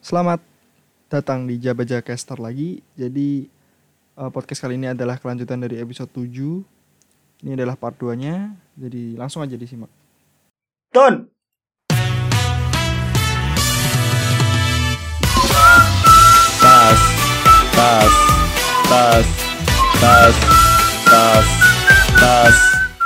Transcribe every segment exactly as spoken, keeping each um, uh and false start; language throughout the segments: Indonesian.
Selamat datang di Jabaja Caster lagi. Jadi uh, podcast kali ini adalah kelanjutan dari episode tujuh. Ini adalah part dua-nya. Jadi langsung aja disimak. Don. Tas, tas, tas, tas, tas, tas.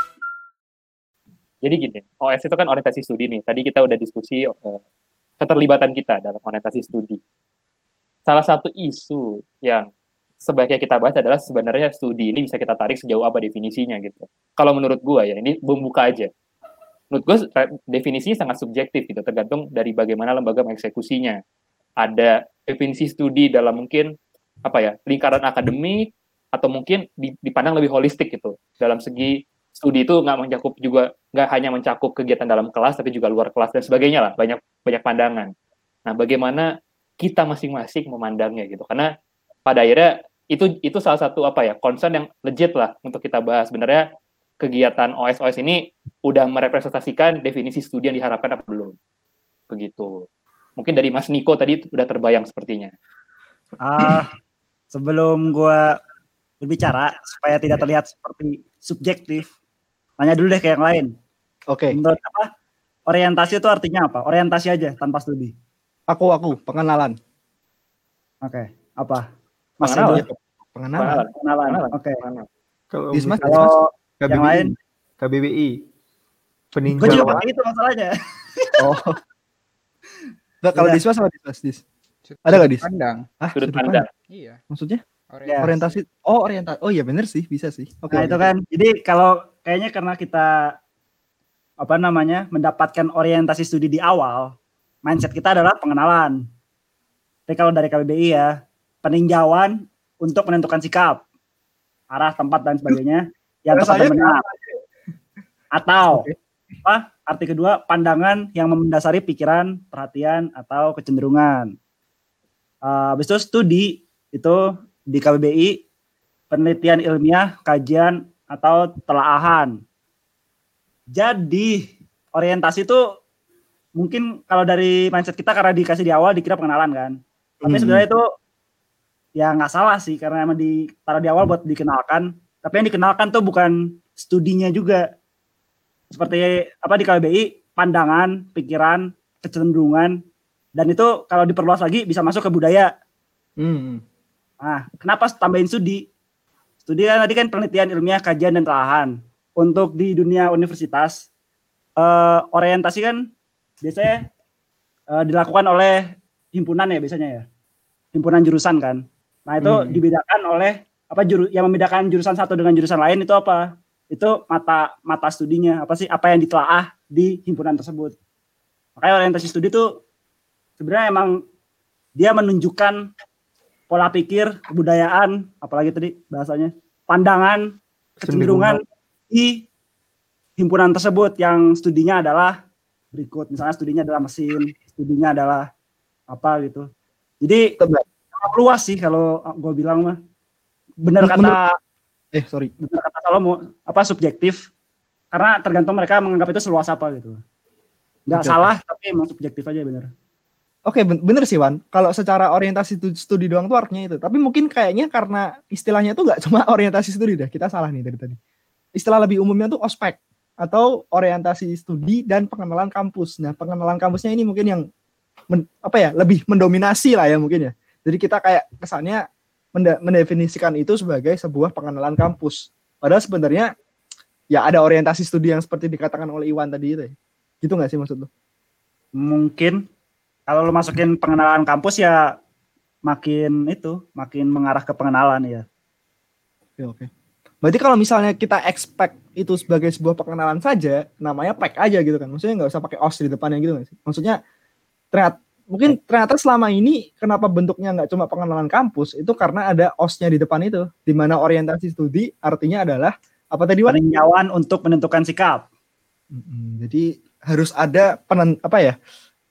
Jadi gini, O S itu kan orientasi studi nih. Tadi kita udah diskusi uh, keterlibatan kita dalam orientasi studi. Salah satu isu yang sebaiknya kita bahas adalah sebenarnya studi ini bisa kita tarik sejauh apa definisinya gitu. Kalau menurut gue ya, ini membuka aja. Menurut gue definisinya sangat subjektif gitu, tergantung dari bagaimana lembaga mengeksekusinya. Ada definisi studi dalam mungkin apa ya lingkaran akademik atau mungkin dipandang lebih holistik gitu. Dalam segi studi itu nggak mencakup juga nggak hanya mencakup kegiatan dalam kelas tapi juga luar kelas dan sebagainya lah, banyak banyak pandangan. Nah, bagaimana kita masing-masing memandangnya gitu, karena pada akhirnya itu itu salah satu apa ya concern yang legit lah untuk kita bahas. Sebenarnya kegiatan O S O S ini udah merepresentasikan definisi studi yang diharapkan apa belum, begitu. Mungkin dari Mas Niko tadi udah terbayang sepertinya. Ah, sebelum gue berbicara supaya tidak terlihat seperti subjektif, tanya dulu deh ke yang lain. Oke. Okay. Menurut apa? Orientasi itu artinya apa? Orientasi aja tanpa studi. Aku aku pengenalan. Oke. Okay. Apa? Mas pengenalan. Edo? Pengenalan. Pengenalan. Oke. Okay. Kalau Dismas, kalau K B B I, yang lain K B B I. Peninjauan. Gue juga pakai itu masalahnya. Oh. Nah, kalau Dismas sama Dismas Dis? Ada nggak Dis? Pandang. Ah, Sudut pandang. Iya. Maksudnya? Yes. Orientasi. Oh, orientasi. Oh iya bener sih, bisa sih. Oke. Okay, nah, itu kan. Jadi kalau kayaknya karena kita apa namanya mendapatkan orientasi studi di awal, mindset kita adalah pengenalan. Tapi kalau dari K B B I ya, peninjauan untuk menentukan sikap, arah, tempat dan sebagainya yang tepat dan benar. Atau okay. apa? Arti kedua, pandangan yang mendasari pikiran, perhatian atau kecenderungan. Uh, habis itu studi itu di K B B I penelitian ilmiah, kajian atau telaahan. Jadi orientasi itu mungkin kalau dari mindset kita karena dikasih di awal dikira pengenalan kan. Tapi hmm. sebenarnya itu ya nggak salah sih karena emang ditaruh di awal buat dikenalkan. Tapi yang dikenalkan tuh bukan studinya juga. Seperti apa di K B B I, pandangan, pikiran, kecenderungan, dan itu kalau diperluas lagi bisa masuk ke budaya. Hmm. Nah, kenapa tambahin studi? Studi kan tadi kan penelitian ilmiah, kajian dan telaahan. Untuk di dunia universitas, uh, orientasi kan biasanya uh, dilakukan oleh himpunan ya biasanya ya, himpunan jurusan kan. Nah itu hmm. dibedakan oleh apa juru, yang membedakan jurusan satu dengan jurusan lain itu apa? Itu mata mata studinya apa sih, apa yang ditelaah di himpunan tersebut. Makanya orientasi studi itu sebenarnya emang dia menunjukkan pola pikir, kebudayaan, apalagi tadi bahasanya, pandangan, kecenderungan di himpunan tersebut yang studinya adalah berikut. Misalnya studinya adalah mesin, studinya adalah apa gitu. Jadi luas sih kalau gue bilang mah. Benar kata Eh sorry, benar kata Salomo, apa subjektif, karena tergantung mereka menganggap itu seluas apa gitu. Nggak okay. salah, tapi emang subjektif aja benar. Oke, okay, bener sih Wan. Kalau secara orientasi studi doang tuh artinya itu. Tapi mungkin kayaknya karena istilahnya tuh nggak cuma orientasi studi dah. Kita salah nih dari tadi. Istilah lebih umumnya tuh ospek atau orientasi studi dan pengenalan kampus. Nah, pengenalan kampusnya ini mungkin yang men, apa ya lebih mendominasi lah ya mungkin ya. Jadi kita kayak kesannya mendefinisikan itu sebagai sebuah pengenalan kampus. Padahal sebenarnya ya ada orientasi studi yang seperti dikatakan oleh Iwan tadi itu. Gitu nggak sih maksud lo? Mungkin kalau lo masukin pengenalan kampus ya makin itu, makin mengarah ke pengenalan ya. Oke, oke. Berarti kalau misalnya kita expect itu sebagai sebuah pengenalan saja, namanya pack aja gitu kan. Maksudnya nggak usah pakai os di depannya gitu nggak sih? Maksudnya ternyata mungkin ternyata selama ini kenapa bentuknya nggak cuma pengenalan kampus itu karena ada osnya di depan itu, di mana orientasi studi artinya adalah apa tadi Wan? Peninjauan untuk menentukan sikap. Hmm, jadi harus ada penen, apa ya?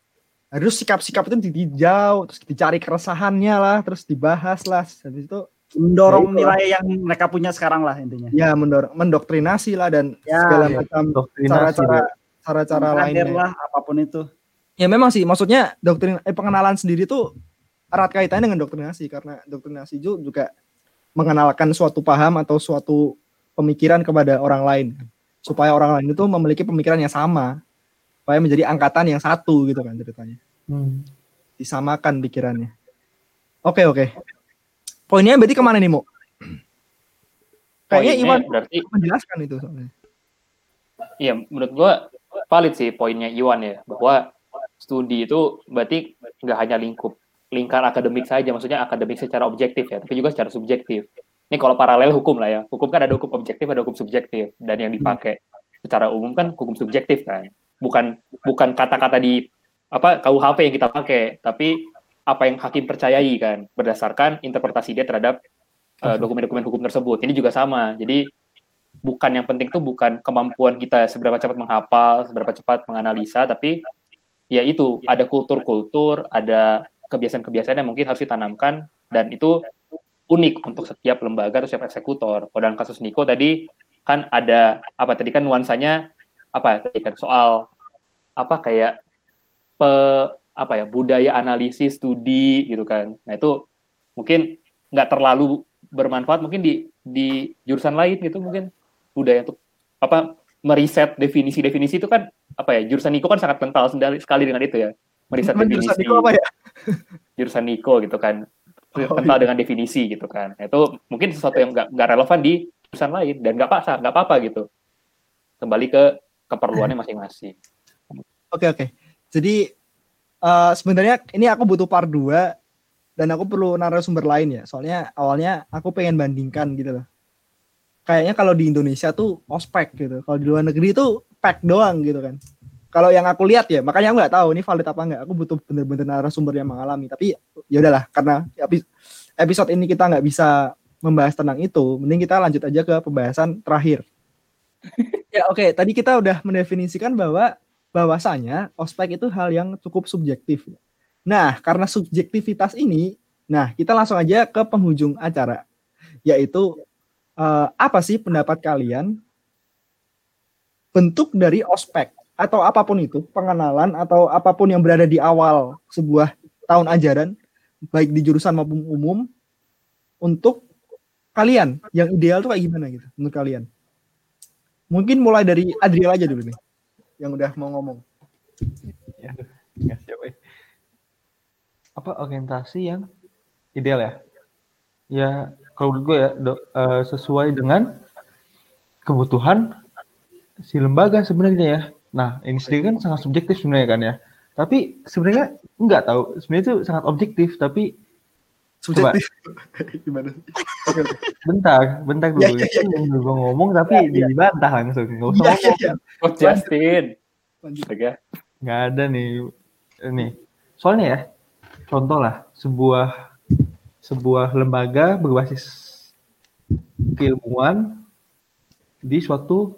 Harus sikap-sikap itu ditinjau, terus dicari keresahannya lah, terus dibahas lah, habis itu mendorong ya, nilai yang mereka punya sekarang lah intinya. Ya mendorong, mendoktrinasi lah dan ya, segala ya. macam cara-cara cara-cara lainnya lah apapun itu. Ya memang sih, maksudnya doktrin eh, pengenalan sendiri tuh erat kaitannya dengan doktrinasi karena doktrinasi itu juga mengenalkan suatu paham atau suatu pemikiran kepada orang lain supaya orang lain itu memiliki pemikiran yang sama, supaya menjadi angkatan yang satu gitu kan ceritanya. Hmm. Disamakan pikirannya. Oke oke. Poinnya berarti kemana nih Mo? Kayaknya Poinnya Iwan berarti menjelaskan itu soalnya. iya menurut gua valid sih poinnya Iwan ya bahwa studi itu berarti nggak hanya lingkup lingkar akademik saja, maksudnya akademik secara objektif ya, tapi juga secara subjektif. Ini kalau paralel hukum lah ya, hukum kan ada hukum objektif, ada hukum subjektif, dan yang dipakai secara umum kan hukum subjektif kan, bukan bukan kata-kata di apa K U H P yang kita pakai, tapi apa yang hakim percayai kan, berdasarkan interpretasi dia terhadap uh, dokumen-dokumen hukum tersebut. Ini juga sama, jadi bukan yang penting tuh bukan kemampuan kita seberapa cepat menghafal, seberapa cepat menganalisa, tapi ya itu ada kultur-kultur, ada kebiasaan-kebiasaan yang mungkin harus ditanamkan dan itu unik untuk setiap lembaga atau setiap eksekutor. Kalau dalam kasus Niko tadi kan ada apa tadi kan nuansanya apa tadi kan soal apa kayak pe, apa ya budaya analisis studi gitu kan. Nah itu mungkin nggak terlalu bermanfaat mungkin di di jurusan lain gitu mungkin budaya untuk apa meriset definisi-definisi itu kan apa ya jurusan Niko kan sangat kental sekali dengan itu ya meriset definisi jurusan Niko apa ya? Jurusan Niko gitu kan Oh, kental iya. dengan definisi gitu kan. Nah, itu mungkin sesuatu yang nggak nggak relevan di jurusan lain dan nggak apa nggak apa-apa gitu kembali ke keperluannya masing-masing. Oke oke. Jadi uh, sebenarnya ini aku butuh part dua dan aku perlu narasumber lain ya. Soalnya awalnya aku pengen bandingkan gitu loh. Kayaknya kalau di Indonesia tuh ospek gitu. Kalau di luar negeri tuh pack doang gitu kan. Kalau yang aku lihat ya, makanya aku nggak tahu ini valid apa nggak. Aku butuh bener-bener narasumber yang mengalami. Tapi ya udahlah, karena episode ini kita nggak bisa membahas tentang itu, mending kita lanjut aja ke pembahasan terakhir. Ya oke, okay. Tadi kita udah mendefinisikan bahwa bahwasanya ospek itu hal yang cukup subjektif. Nah, karena subjektivitas ini, nah kita langsung aja ke penghujung acara, yaitu uh, apa sih pendapat kalian bentuk dari ospek atau apapun itu, pengenalan atau apapun yang berada di awal sebuah tahun ajaran, baik di jurusan maupun umum, untuk kalian yang ideal tuh kayak gimana gitu menurut kalian? Mungkin mulai dari Adriel aja dulu nih, yang udah mau ngomong. Ya, ya siapa ya? Apa orientasi yang ideal ya? Ya kalau menurut gue ya do, uh, sesuai dengan kebutuhan si lembaga sebenarnya ya. Nah ini sendiri kan sangat subjektif sebenarnya kan ya. Tapi sebenarnya enggak tahu. Sebenarnya itu sangat objektif tapi subjektif. Gimana? Oke, oke. Bentar, bentar dulu. Ya, ya, ya, ya. Gue ngomong tapi ya, ya. dibantah langsung. Nggak usah ya, ngomong. ya, ya. Oh Justin, Lanjut. Nggak ada nih. Nih, soalnya ya, contoh lah sebuah sebuah lembaga berbasis keilmuan di suatu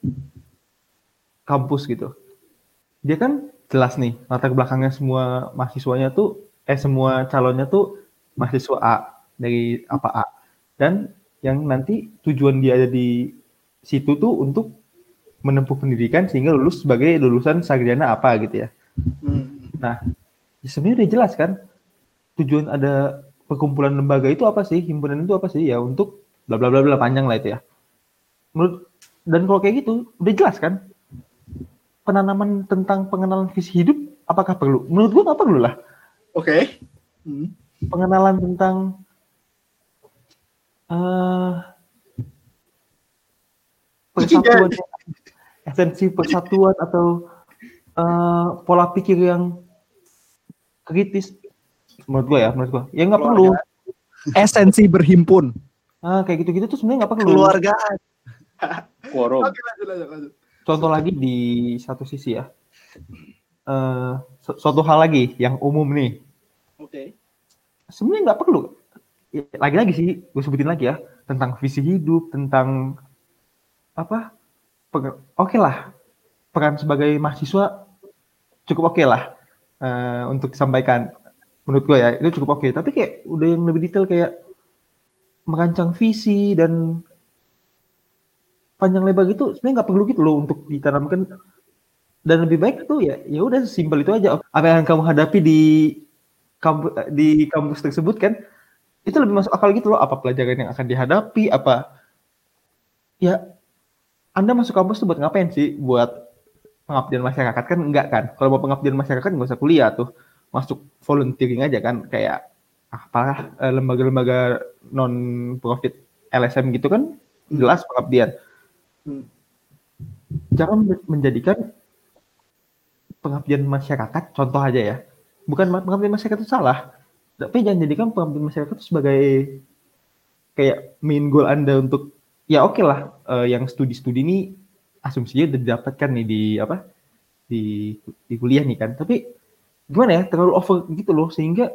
kampus gitu. Dia kan jelas nih latar belakangnya semua mahasiswanya tuh eh semua calonnya tuh mahasiswa A dari apa A dan yang nanti tujuan dia ada di situ tuh untuk menempuh pendidikan sehingga lulus sebagai lulusan sarjana apa gitu ya. Hmm. Nah, ya sebenarnya udah jelas kan tujuan ada perkumpulan lembaga itu apa sih, himpunan itu apa sih ya untuk bla bla bla bla panjang lah itu ya. Menurut dan kalau kayak gitu udah jelas kan penanaman tentang pengenalan visi hidup apakah perlu? Menurut gua nggak perlu lah. Oke. Okay. Hmm. Pengenalan tentang uh, persatuan, esensi persatuan atau uh, pola pikir yang kritis, menurut gue ya, menurut gue, ya nggak perlu. Esensi berhimpun. Ah, kayak gitu-gitu tuh sebenarnya nggak perlu. Keluargaan. Quorum. Oke, lanjut, lanjut, lanjut. Contoh lagi di satu sisi ya, uh, su- suatu hal lagi yang umum nih. Oke. Okay. Sebenarnya nggak perlu. Ya, lagi-lagi sih, gue sebutin lagi ya, tentang visi hidup, tentang apa? Oke okay lah, peran sebagai mahasiswa cukup oke okay lah uh, untuk disampaikan. Menurut gue ya, itu cukup oke. Okay. Tapi kayak udah yang lebih detail kayak merancang visi dan panjang lebar gitu, sebenarnya nggak perlu gitu loh untuk ditanamkan Dan lebih baik tuh ya ya udah simpel itu aja. Apa yang kamu hadapi di kampus di kampus tersebut kan itu lebih masuk akal gitu loh. Apa pelajaran yang akan dihadapi, apa ya Anda masuk kampus tuh buat ngapain sih? Buat pengabdian masyarakat kan enggak kan? Kalau mau pengabdian masyarakat nggak usah kuliah tuh, masuk volunteering aja kan, kayak apalah eh, lembaga-lembaga non profit L S M gitu kan jelas pengabdian. Hmm. Jangan menjadikan pengabdian masyarakat contoh aja ya. Bukan pengabdian masyarakat itu salah, tapi jangan jadikan pengabdian masyarakat itu sebagai kayak main goal Anda untuk ya oke okay lah uh, yang studi-studi ini asumsinya udah didapatkan nih di apa di di kuliah nih kan, tapi gimana ya terlalu over gitu loh sehingga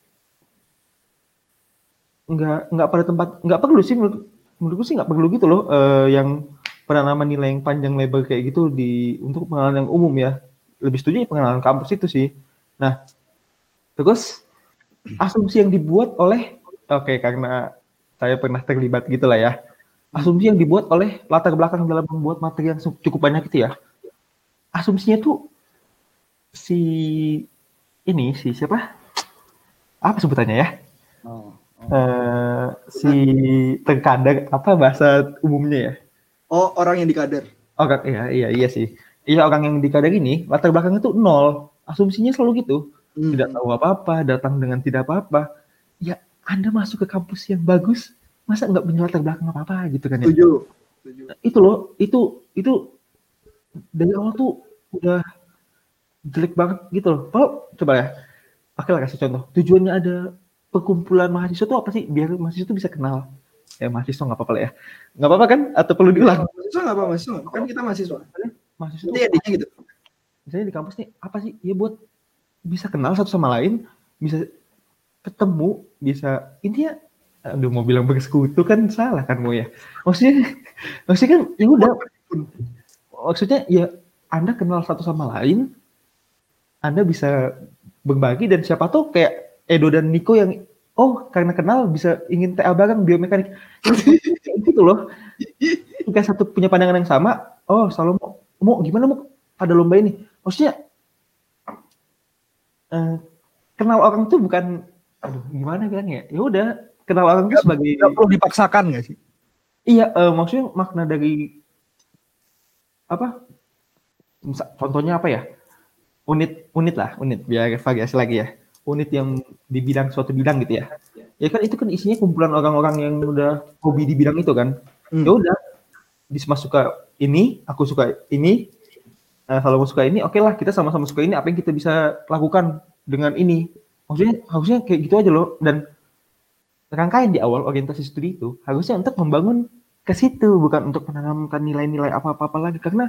nggak nggak pada tempat nggak perlu sih menurut menurutku sih nggak perlu gitu loh uh, yang penanaman nilai yang panjang lebar kayak gitu di untuk pengenalan yang umum ya, lebih setuju pengenalan kampus itu sih. Nah terus asumsi yang dibuat oleh oke okay, karena saya pernah terlibat gitulah ya, asumsi yang dibuat oleh latar belakang dalam membuat materi yang cukup banyak itu ya, asumsinya tuh si ini si siapa apa sebutannya ya oh, oh. Uh, si terkadang apa bahasa umumnya ya oh orang yang dikader orang iya iya iya sih iya orang yang dikader ini latar belakangnya tuh nol, asumsinya selalu gitu hmm. tidak tahu apa-apa, datang dengan tidak apa-apa. Ya Anda masuk ke kampus yang bagus masa nggak punya latar belakang apa-apa gitu kan ya. Setuju. Setuju. Itu loh, itu itu dari awal tuh udah jelek banget gitu loh. Kalau coba ya, oke lah kasih contoh. Tujuannya ada perkumpulan mahasiswa tuh apa sih? Biar mahasiswa tuh bisa kenal. Ya mahasiswa nggak apa-apa lah ya. Nggak apa-apa kan? Atau perlu diulang? Mahasiswa nggak apa-apa, mahasiswa. Kan kita mahasiswa. Mahasiswa itu ya gitu. Misalnya di kampus nih, apa sih? Ya buat bisa kenal satu sama lain, bisa ketemu, bisa intinya aduh mau bilang bersekutu kan salah kan mau ya. Maksudnya maksudnya kan ya udah maksudnya ya Anda kenal satu sama lain, Anda bisa berbagi dan siapa tuh kayak Edo dan Nico yang oh karena kenal bisa ingin T A bareng biomekanik. Gitu loh. Jika satu punya pandangan yang sama, oh selalu mau, mau gimana mau ada lomba ini. Maksudnya eh, kenal orang tuh bukan aduh gimana bilangnya. Ya udah kenal orang itu sebagai nggak perlu dipaksakan nggak sih? Iya, uh, maksudnya makna dari apa? Misal, contohnya apa ya? Unit, unit lah, unit biar variasi lagi ya. Unit yang di bidang suatu bidang gitu ya. Ya kan itu kan isinya kumpulan orang-orang yang udah hobi di bidang itu kan. Hmm. Ya udah, Disma suka ini, aku suka ini. Nah, kalau mau suka ini, oke okay lah kita sama-sama suka ini. Apa yang kita bisa lakukan dengan ini? Maksudnya harusnya kayak gitu aja loh. Dan rangkaian di awal orientasi studi itu harusnya untuk membangun ke situ, bukan untuk menanamkan nilai-nilai apa-apa lagi, karena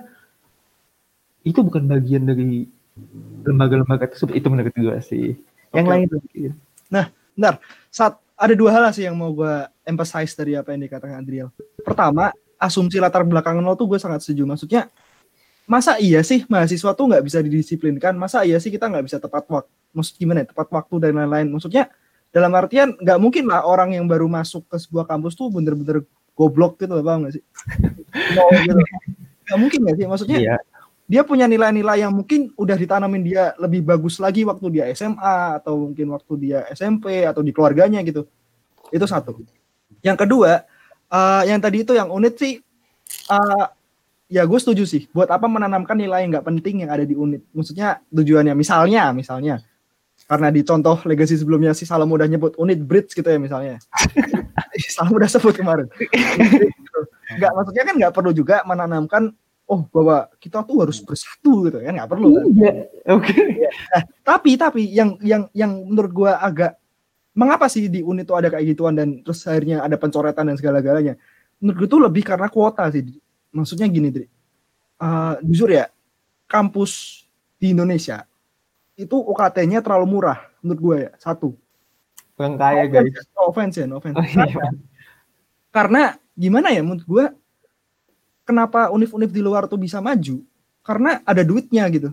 itu bukan bagian dari lembaga-lembaga tersebut. Itu menurut gue sih. Yang okay. lain lagi. Nah, bentar. Saat ada dua hal sih yang mau gue emphasize dari apa yang dikatakan Adriel. Pertama, asumsi latar belakang lo tuh gue sangat setuju. Maksudnya, masa iya sih mahasiswa tuh nggak bisa didisiplinkan? Masa iya sih kita nggak bisa tepat waktu? Maksud gimana ya? Tepat waktu dan lain-lain. Maksudnya, dalam artian nggak mungkin lah orang yang baru masuk ke sebuah kampus tuh bener-bener goblok gitu, paham nggak sih? No, gitu. Nggak mungkin nggak sih? Maksudnya iya. Dia punya nilai-nilai yang mungkin udah ditanamin dia lebih bagus lagi waktu dia S M A atau mungkin waktu dia S M P atau di keluarganya gitu. Itu satu. Yang kedua, uh, yang tadi itu yang unit sih, uh, ya gue setuju sih. Buat apa menanamkan nilai yang nggak penting yang ada di unit? Maksudnya tujuannya, misalnya, misalnya. Karena di contoh legacy sebelumnya si Salam udah nyebut unit bridge gitu ya misalnya. Salam udah sebut kemarin. Enggak, maksudnya kan nggak perlu juga menanamkan oh bahwa kita tuh harus bersatu gitu kan, nggak perlu kan. Iya, oke. Okay. Nah, tapi tapi yang yang yang menurut gua agak mengapa sih di unit itu ada kayak gituan dan terus akhirnya ada pencoretan dan segala-galanya. Menurut gua tuh lebih karena kuota sih. Maksudnya gini, Dri. Uh, jujur ya, kampus di Indonesia itu U K T-nya terlalu murah menurut gue ya. Satu. Kurang kaya guys. No offense ya, no offense. Oh, iya. Karena gimana ya menurut gue, kenapa univ-univ di luar tuh bisa maju? Karena ada duitnya gitu.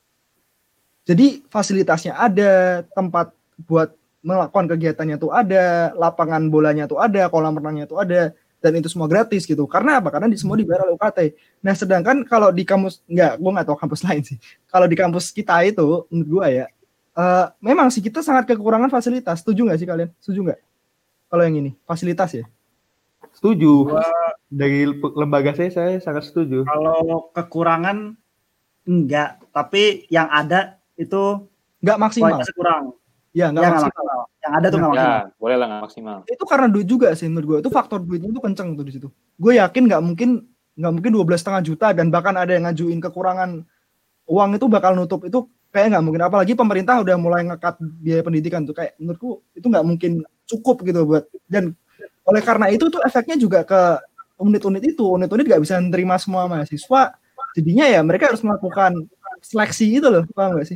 Jadi fasilitasnya ada, tempat buat melakukan kegiatannya tuh ada, lapangan bolanya tuh ada, kolam renangnya tuh ada. dan itu semua gratis gitu. Karena apa? Karena di semua dibayar oleh U K T. Nah, sedangkan kalau di kampus enggak, gue nggak tahu kampus lain sih. Kalau di kampus kita itu, menurut gue ya, uh, memang sih kita sangat kekurangan fasilitas. Setuju nggak sih kalian? Setuju nggak? Kalau yang ini fasilitas ya? Setuju. Dari lembaga saya saya sangat setuju. Kalau kekurangan enggak, tapi yang ada itu nggak maksimal. kualitasnya kurang. Ya, nggak Ya, maksimal. nggak maksimal. Yang ada tuh nggak maksimal. Ya, boleh lah nggak maksimal. Itu karena duit juga sih menurut gue. Itu faktor duitnya itu kenceng tuh di situ. Gue yakin nggak mungkin nggak mungkin dua belas setengah juta dan bahkan ada yang ngajuin kekurangan uang itu bakal nutup itu kayak nggak mungkin. Apalagi pemerintah udah mulai ngekat biaya pendidikan tuh kayak menurutku itu nggak mungkin cukup gitu buat. Dan oleh karena itu tuh efeknya juga ke unit-unit itu. Unit-unit nggak bisa menerima semua mahasiswa. Jadinya ya mereka harus melakukan seleksi gitu loh, paham nggak sih?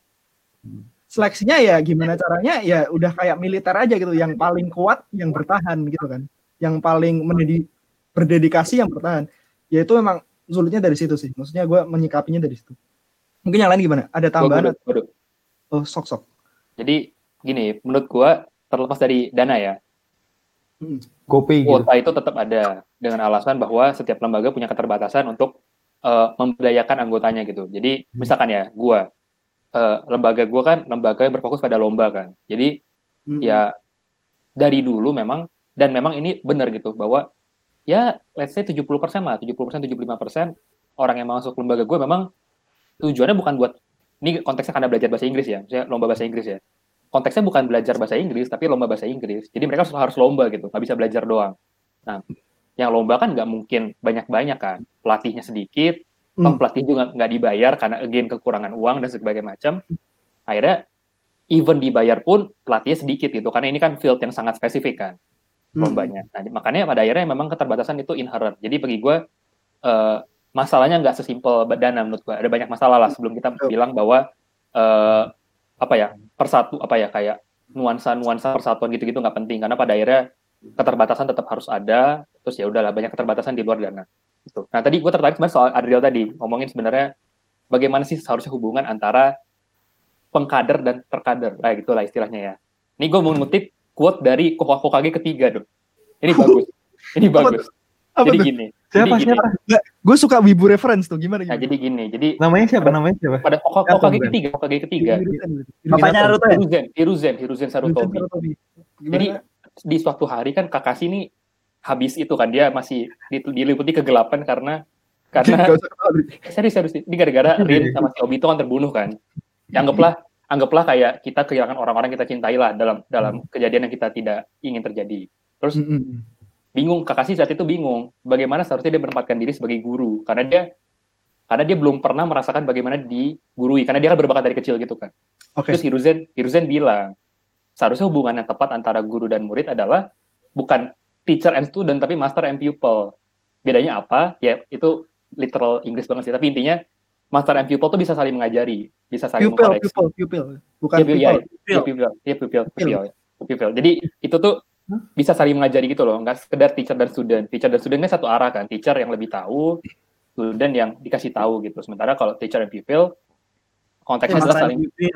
Seleksinya ya gimana caranya ya udah kayak militer aja gitu, yang paling kuat yang bertahan gitu kan, yang paling mendedi- berdedikasi yang bertahan. Ya itu memang sulitnya dari situ sih, maksudnya gue menyikapinya dari situ. Mungkin yang lain gimana? Ada tambahan? Gua- gua- gua- Oh sok sok. Jadi gini, menurut gua terlepas dari dana ya, GoPay gitu. kuota itu tetap ada dengan alasan bahwa setiap lembaga punya keterbatasan untuk uh, memberdayakan anggotanya gitu. Jadi misalkan ya, gua uh, lembaga gua kan lembaga yang berfokus pada lomba kan. Jadi Hmm. ya dari dulu memang, dan memang ini benar gitu bahwa ya let's say tujuh puluh persen lah, tujuh puluh persen, tujuh puluh lima persen orang yang masuk lembaga gue memang tujuannya bukan buat, ini konteksnya karena belajar bahasa Inggris ya, misalnya lomba bahasa Inggris ya. Konteksnya bukan belajar bahasa Inggris, tapi lomba bahasa Inggris. Jadi mereka harus lomba gitu, nggak bisa belajar doang. Nah, yang lomba kan nggak mungkin banyak-banyak kan, pelatihnya sedikit, Hmm. pelatih juga nggak dibayar karena again kekurangan uang dan sebagainya macam. Akhirnya even dibayar pun pelatihnya sedikit gitu, karena ini kan field yang sangat spesifik kan lombanya. Nah, makanya pada akhirnya memang keterbatasan itu inherent. Jadi bagi gue uh, masalahnya nggak sesimpel dana menurut gue. Ada banyak masalah lah sebelum kita bilang bahwa uh, apa ya persatu apa ya kayak nuansa-nuansa persatuan gitu-gitu nggak penting, karena pada akhirnya keterbatasan tetap harus ada. Terus ya udahlah, banyak keterbatasan di luar dana. Gitu. Nah tadi gue tertarik sebenarnya soal Adriel tadi ngomongin sebenarnya bagaimana sih seharusnya hubungan antara pengkader dan terkader, nah gitulah istilahnya ya. Ini gue mau ngutip quote dari Hokage ketiga dong. Ini bagus, ini bagus. Apa Jadi tuh? gini, Siapa jadi gini. siapa? Gue suka wibu reference tuh, gimana Nah gimana? jadi gini, jadi Namanya siapa? Namanya siapa? pada Hokage Siapa, Hokage bukan? ketiga, Hokage ketiga, Bapaknya Naruto ya? Hiruzen, Hiruzen, Hiruzen Sarutobi. Jadi Gimana? di suatu hari kan Kakashi ini habis itu kan dia masih dil- diliputi kegelapan karena karena Gak usah ketawa, Bri. serius serius ini gara-gara Rin sama si Obito kan terbunuh kan. Ya, anggaplah anggaplah kayak kita kehilangan orang-orang kita cintai lah dalam dalam kejadian yang kita tidak ingin terjadi. Terus Mm-mm. bingung, Kakashi saat itu bingung bagaimana seharusnya dia menempatkan diri sebagai guru karena dia karena dia belum pernah merasakan bagaimana digurui karena dia kan berbakat dari kecil gitu kan. Oke. Terus Hiruzen Hiruzen bilang seharusnya hubungan yang tepat antara guru dan murid adalah bukan teacher and student tapi master and pupil. Bedanya apa? Ya itu literal Inggris banget sih, tapi intinya master and pupil tuh bisa saling mengajari, bisa saling Pupil, mengkoreksi. pupil, pupil. Bukan Ya, ya, pupil. ya, pupil, ya, pupil, pupil, pupil. Jadi itu tuh bisa saling mengajari gitu loh, nggak sekedar teacher dan student. Teacher dan student kan satu arah kan, teacher yang lebih tahu, student yang dikasih tahu gitu. Sementara kalau teacher and pupil, konteksnya Eh, adalah Master saling pupil.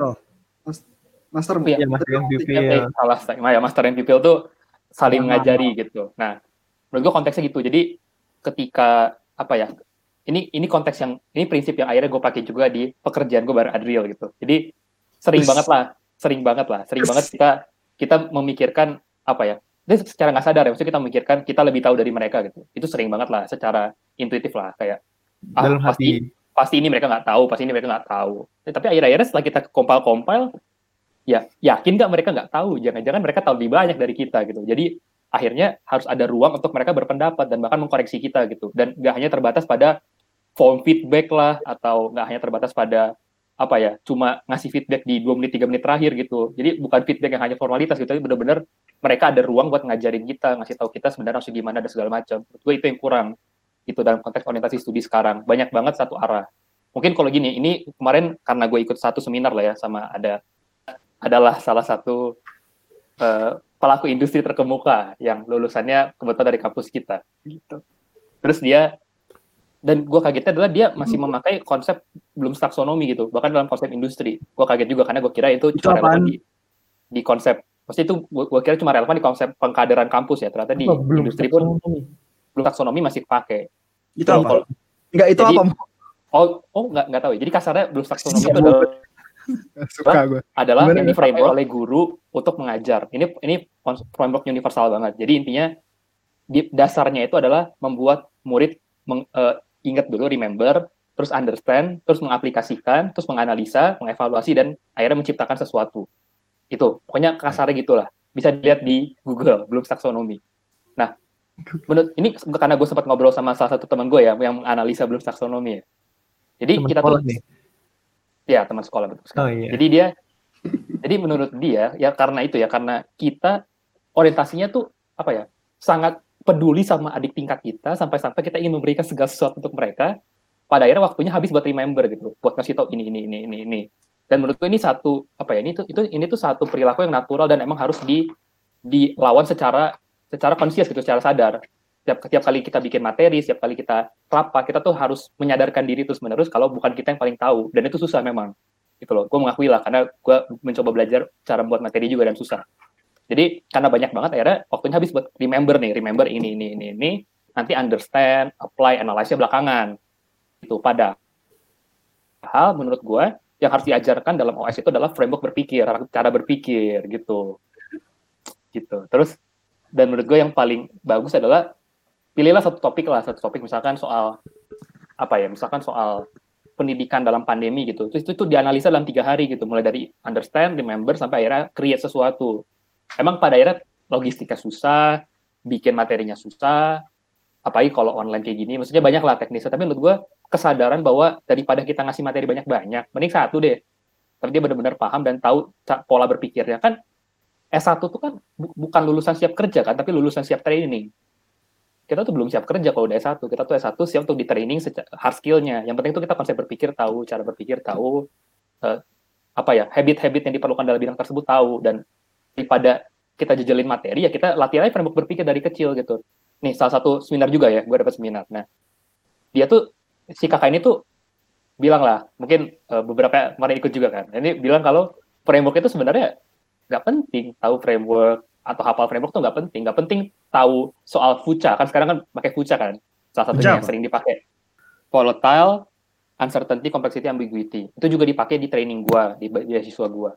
Master Iya, Iya, Master and Pupil. eh, salah, ya master and pupil tuh saling Sama. mengajari gitu. Nah, menurut gua konteksnya gitu. Jadi ketika apa ya? Ini ini konteks yang ini prinsip yang akhirnya gue pakai juga di pekerjaan gue bareng Adriel gitu. Jadi sering Yes. banget lah, sering banget lah, sering Yes. banget kita kita memikirkan apa ya? Dan secara nggak sadar ya, maksudnya kita memikirkan kita lebih tahu dari mereka gitu. Itu sering banget lah, secara intuitif lah kayak ah, Dalam pasti hati. pasti ini mereka nggak tahu, pasti ini mereka nggak tahu. Eh, tapi akhir-akhirnya setelah kita compile-compile, ya yakin nggak mereka nggak tahu? Jangan-jangan mereka tahu lebih banyak dari kita gitu. Jadi akhirnya harus ada ruang untuk mereka berpendapat dan bahkan mengkoreksi kita gitu. Dan nggak hanya terbatas pada form feedback lah, atau nggak hanya terbatas pada apa ya, cuma ngasih feedback di dua menit, tiga menit terakhir gitu. Jadi bukan feedback yang hanya formalitas gitu, tapi benar-benar mereka ada ruang buat ngajarin kita, ngasih tahu kita sebenarnya harus gimana dan segala macam. Menurut gue itu yang kurang itu dalam konteks orientasi studi sekarang. Banyak banget satu arah. Mungkin kalau gini, ini kemarin karena gue ikut satu seminar lah ya, sama ada adalah salah satu uh, pelaku industri terkemuka yang lulusannya kebetulan dari kampus kita gitu. Terus dia, dan gue kagetnya adalah dia masih memakai konsep belum taksonomi gitu, bahkan dalam konsep industri. Gue kaget juga karena gue kira itu Itu cuma apaan? relevan di, di konsep Maksudnya itu gue kira cuma relevan di konsep pengkaderan kampus ya. Ternyata di Apa, belum industri pun taksonomi. belum taksonomi masih pakai. Itu apa? Enggak, itu Jadi- apa? Oh, oh nggak nggak tahu ya. Jadi kasarnya belum taksonomi Siap, itu adalah, Suka gue. adalah Gimana, yang ya? di framework oleh guru untuk mengajar. Ini ini framework universal banget. Jadi intinya di dasarnya itu adalah membuat murid meng, eh, ingat dulu, remember, terus understand, terus mengaplikasikan, terus menganalisa, mengevaluasi, dan akhirnya menciptakan sesuatu. Itu, pokoknya kasarnya gitulah. Bisa dilihat di Google, belum taksonomi. Nah, menurut ini karena gue sempat ngobrol sama salah satu teman gue ya, yang menganalisa belum taksonomi ya. Jadi Teman kita sekolah tuh, nih. ya teman sekolah betul sekali. Oh iya. Jadi dia, jadi menurut dia ya karena itu ya, karena kita orientasinya tuh apa ya, sangat peduli sama adik tingkat kita sampai-sampai kita ingin memberikan segala sesuatu untuk mereka. Pada akhirnya waktunya habis buat remember gitu, buat ngasih tau ini ini ini ini ini. Dan menurutku ini satu apa ya, ini tuh itu ini tuh satu perilaku yang natural dan emang harus di dilawan secara secara conscious gitu, secara sadar. Setiap setiap kali kita bikin materi, setiap kali kita rapat, kita tuh harus menyadarkan diri terus menerus kalau bukan kita yang paling tahu, dan itu susah memang. Gitu loh. Gue mengakui lah karena gue mencoba belajar cara membuat materi juga dan susah. Jadi karena banyak banget akhirnya waktunya habis buat remember nih, remember ini ini ini ini, nanti understand, apply, analyze belakangan. Itu pada hal menurut gue yang harus diajarkan dalam O S itu adalah framework berpikir, cara berpikir gitu. Gitu. Terus dan menurut gue yang paling bagus adalah pilihlah satu topik lah, satu topik misalkan soal apa ya, misalkan soal pendidikan dalam pandemi gitu. Terus itu tuh dianalisa dalam tiga hari gitu, mulai dari understand, remember sampai akhirnya create sesuatu. Emang pada akhirnya logistiknya susah, bikin materinya susah, apalagi kalau online kayak gini, maksudnya banyak lah teknisnya, tapi menurut gue kesadaran bahwa daripada kita ngasih materi banyak-banyak, mending satu deh, tapi dia benar-benar paham dan tahu pola berpikirnya. Kan S satu tuh kan bu- bukan lulusan siap kerja kan, tapi lulusan siap training. Kita tuh belum siap kerja kalau udah S satu, kita tuh S satu siap untuk di training secara hard skill-nya. Yang penting tuh kita konsep berpikir tahu, cara berpikir tahu, uh, apa ya, habit-habit yang diperlukan dalam bidang tersebut tahu, dan daripada kita jejelin materi ya kita latihan aja framework berpikir dari kecil gitu. Nih salah satu seminar juga ya, gue dapat seminar. Nah dia tuh si kakak ini tuh bilang lah, mungkin uh, beberapa kemarin ikut juga kan. Ini bilang kalau framework itu sebenarnya nggak penting tahu framework atau hafal framework tuh nggak penting. Nggak penting tahu soal fuca kan, sekarang kan pakai fuca kan. Salah satunya Fuca yang apa? sering dipakai volatile, uncertainty, complexity, ambiguity. Itu juga dipakai di training gue, di beasiswa gue.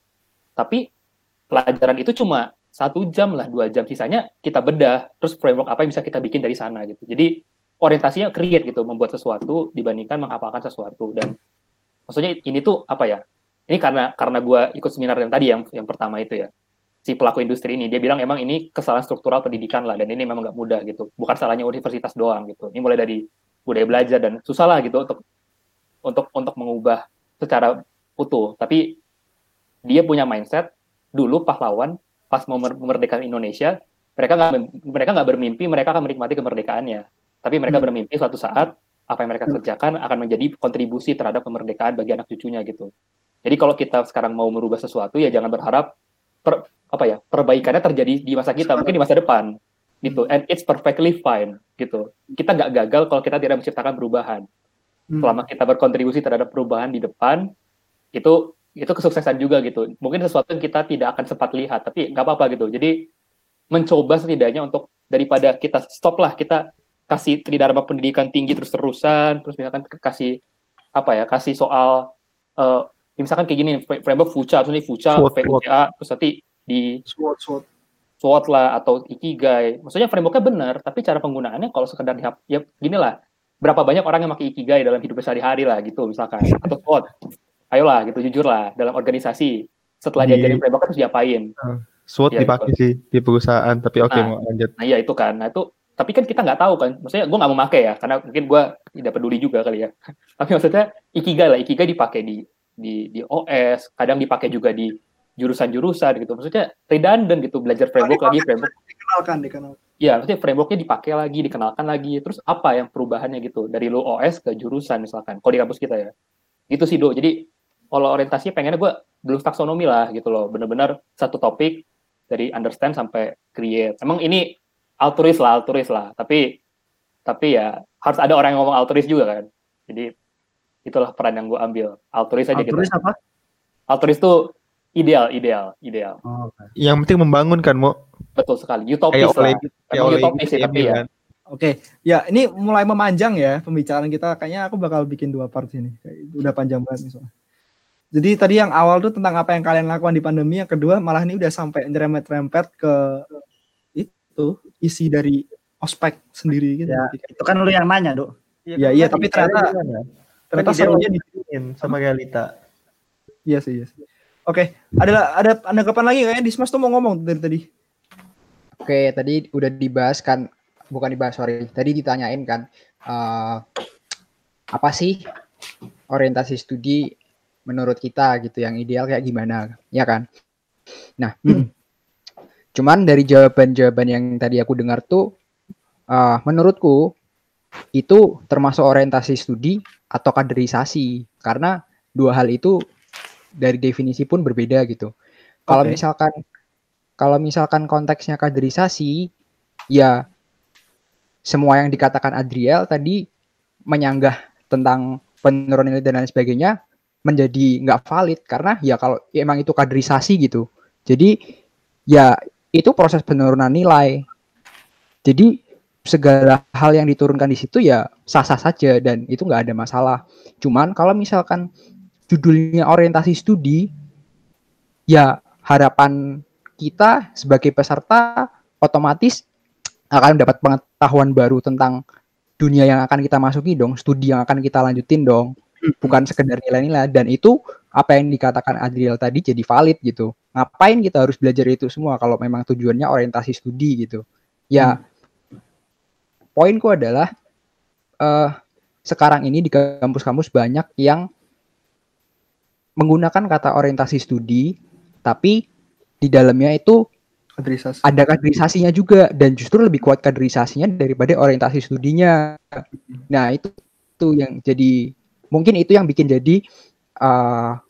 Tapi pelajaran itu cuma satu jam lah, dua jam, sisanya kita bedah, terus framework apa yang bisa kita bikin dari sana gitu. Jadi orientasinya create gitu, membuat sesuatu dibandingkan menghafalkan sesuatu. Dan maksudnya ini tuh apa ya? Ini karena karena gue ikut seminar yang tadi yang yang pertama itu ya, si pelaku industri ini dia bilang emang ini kesalahan struktural pendidikan lah, dan ini memang nggak mudah gitu. Bukan salahnya universitas doang gitu. Ini mulai dari budaya belajar dan susah lah gitu untuk untuk untuk mengubah secara utuh. Tapi dia punya mindset dulu pahlawan pas mau memerdekakan Indonesia, mereka nggak mereka nggak bermimpi mereka akan menikmati kemerdekaannya, tapi mereka hmm. bermimpi suatu saat apa yang mereka kerjakan akan menjadi kontribusi terhadap kemerdekaan bagi anak cucunya gitu. Jadi kalau kita sekarang mau merubah sesuatu ya jangan berharap per, apa ya perbaikannya terjadi di masa kita, mungkin di masa depan gitu. And it's perfectly fine gitu. Kita nggak gagal kalau kita tidak menciptakan perubahan. Selama kita berkontribusi terhadap perubahan di depan, itu itu kesuksesan juga gitu. Mungkin sesuatu yang kita tidak akan sempat lihat, tapi nggak apa-apa gitu. Jadi mencoba setidaknya untuk daripada kita stop lah, kita kasih tridharma pendidikan tinggi terus-terusan, terus misalkan kasih apa ya, kasih soal uh, misalkan kayak gini framework fuca, terus ini fuca, V U C A, terus nanti di SWOT, SWOT. SWOT lah atau ikigai. Maksudnya frameworknya benar, tapi cara penggunaannya kalau sekedar di ya gini lah. Berapa banyak orang yang pakai ikigai dalam hidupnya sehari-hari lah gitu misalkan, atau SWOT. Ayolah gitu, jujur lah dalam organisasi setelah di, diajarin framework terus diapain? Uh, SWOT ya, dipakai gitu sih di perusahaan, tapi oke okay, nah, mau lanjut. Nah iya itu kan, nah itu tapi kan kita nggak tahu kan, maksudnya gue nggak mau pakai ya, karena mungkin gue tidak peduli juga kali ya. Tapi maksudnya ikigai lah, ikigai dipakai di di di O S, kadang dipakai juga di jurusan-jurusan gitu. Maksudnya redundant gitu, belajar framework lagi framework. Dikenalkan, dikenalkan. Iya, maksudnya frameworknya dipakai lagi, dikenalkan lagi. Terus apa yang perubahannya gitu dari lo O S ke jurusan misalkan, kalau di kampus kita ya. Gitu sih Do. Jadi kalau orientasinya pengennya gue belum taksonomi lah gitu loh, bener-bener satu topik dari understand sampai create. Emang ini altruis lah, altruis lah. Tapi tapi ya harus ada orang yang ngomong altruis juga kan. Jadi itulah peran yang gue ambil. Altruis aja gitu. Altruis apa? Altruis tuh Ideal, ideal, ideal. Oh, oke. Yang penting membangun kan, Mo. Betul sekali. Utopis Kayak lah. oleh kayak Emang oleh utopis sih, tapi ya. kan. Oke, ya ini mulai memanjang ya pembicaraan kita. Kayaknya aku bakal bikin dua part sini. Kayak, udah panjang banget nih soalnya. Jadi tadi yang awal tuh tentang apa yang kalian lakukan di pandemi, yang kedua malah ini udah sampai nyerempet-rempet ke itu isi dari ospek sendiri gitu. Ya, itu kan lu yang nanya, Dok. Iya, iya, tapi ternyata ternyata serunya di sama realita. Iya sih, iya sih. Oke, ada ada anggapan lagi kayaknya Dismas tuh mau ngomong dari tadi. Oke, tadi udah dibahas kan, bukan dibahas, sorry. Tadi ditanyain kan, uh, apa sih orientasi studi menurut kita gitu, yang ideal kayak gimana, ya kan? Nah, hmm. cuman dari jawaban-jawaban yang tadi aku dengar tuh, uh, menurutku itu termasuk orientasi studi atau kaderisasi, karena dua hal itu dari definisi pun berbeda gitu. Kalau okay. misalkan kalau misalkan konteksnya kaderisasi, ya semua yang dikatakan Adriel tadi menyanggah tentang penurunan nilai dan lain sebagainya menjadi nggak valid, karena ya kalau ya emang itu kaderisasi gitu. Jadi ya itu proses penurunan nilai. Jadi segala hal yang diturunkan di situ ya sah-sah saja dan itu nggak ada masalah. Cuman kalau misalkan judulnya orientasi studi, ya harapan kita sebagai peserta otomatis akan mendapat pengetahuan baru tentang dunia yang akan kita masuki dong, studi yang akan kita lanjutin dong, bukan sekedar nilai-nilai. Dan itu apa yang dikatakan Adriel tadi jadi valid gitu. Ngapain kita harus belajar itu semua kalau memang tujuannya orientasi studi gitu. Ya, hmm. poinku adalah uh, sekarang ini di kampus-kampus banyak yang menggunakan kata orientasi studi, tapi di dalamnya itu kaderisasi. Ada kaderisasinya juga, dan justru lebih kuat kaderisasinya daripada orientasi studinya. Nah itu tuh yang jadi, mungkin itu yang bikin jadi uh,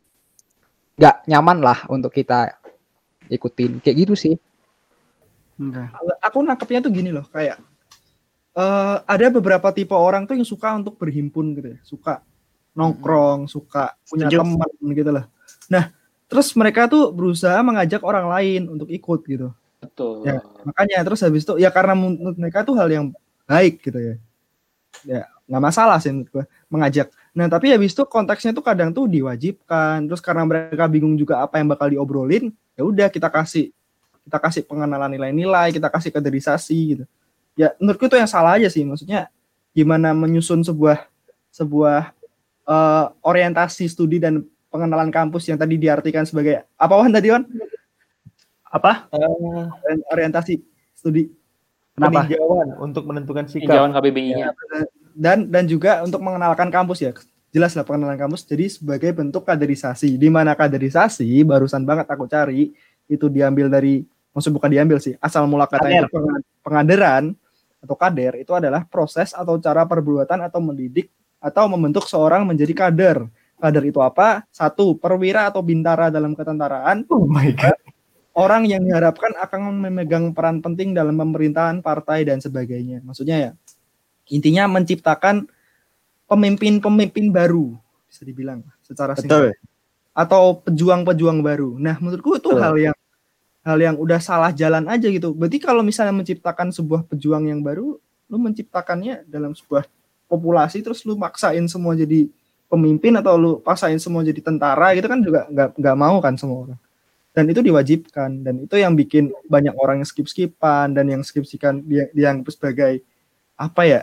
gak nyaman lah untuk kita ikutin, kayak gitu sih. Enggak. Aku nangkepnya tuh gini loh, kayak uh, ada beberapa tipe orang tuh yang suka untuk berhimpun gitu ya, suka nongkrong, suka punya Setuju. teman gitu lah. Nah, terus mereka tuh berusaha mengajak orang lain untuk ikut gitu. Betul. Ya, makanya terus habis itu ya karena menurut mereka tuh hal yang baik gitu ya. Ya, nggak masalah sih menurut gue mengajak. Nah, tapi habis itu konteksnya tuh kadang tuh diwajibkan. Terus karena mereka bingung juga apa yang bakal diobrolin, ya udah kita kasih kita kasih pengenalan nilai-nilai, kita kasih kaderisasi gitu. Ya, menurutku itu yang salah aja sih. Maksudnya gimana menyusun sebuah sebuah Uh, orientasi studi dan pengenalan kampus yang tadi diartikan sebagai apa Wan tadi Wan? Apa? Uh, orientasi studi. Kenapa? Peninjauan untuk menentukan sikap. Tinjauan K B B I-nya. Ya, dan dan juga untuk mengenalkan kampus ya. Jelas lah pengenalan kampus. Jadi sebagai bentuk kaderisasi. Di mana kaderisasi barusan banget aku cari itu diambil dari, maksud bukan diambil sih, asal mula katanya itu pengaderan atau kader itu adalah proses atau cara perbuatan atau mendidik atau membentuk seorang menjadi kader. Kader itu apa? Satu, perwira atau bintara dalam ketentaraan. Oh my god. Orang yang diharapkan akan memegang peran penting dalam pemerintahan, partai, dan sebagainya. Maksudnya ya, intinya menciptakan pemimpin-pemimpin baru, bisa dibilang secara singkat. Atau pejuang-pejuang baru. Nah, menurutku itu Betul. hal yang hal yang udah salah jalan aja gitu. Berarti kalau misalnya menciptakan sebuah pejuang yang baru, lu menciptakannya dalam sebuah populasi terus lu maksain semua jadi pemimpin atau lu paksain semua jadi tentara gitu kan juga nggak nggak mau kan semua orang, dan itu diwajibkan, dan itu yang bikin banyak orang yang skip-skipan dan yang skip-skipan dia dianggap sebagai apa ya,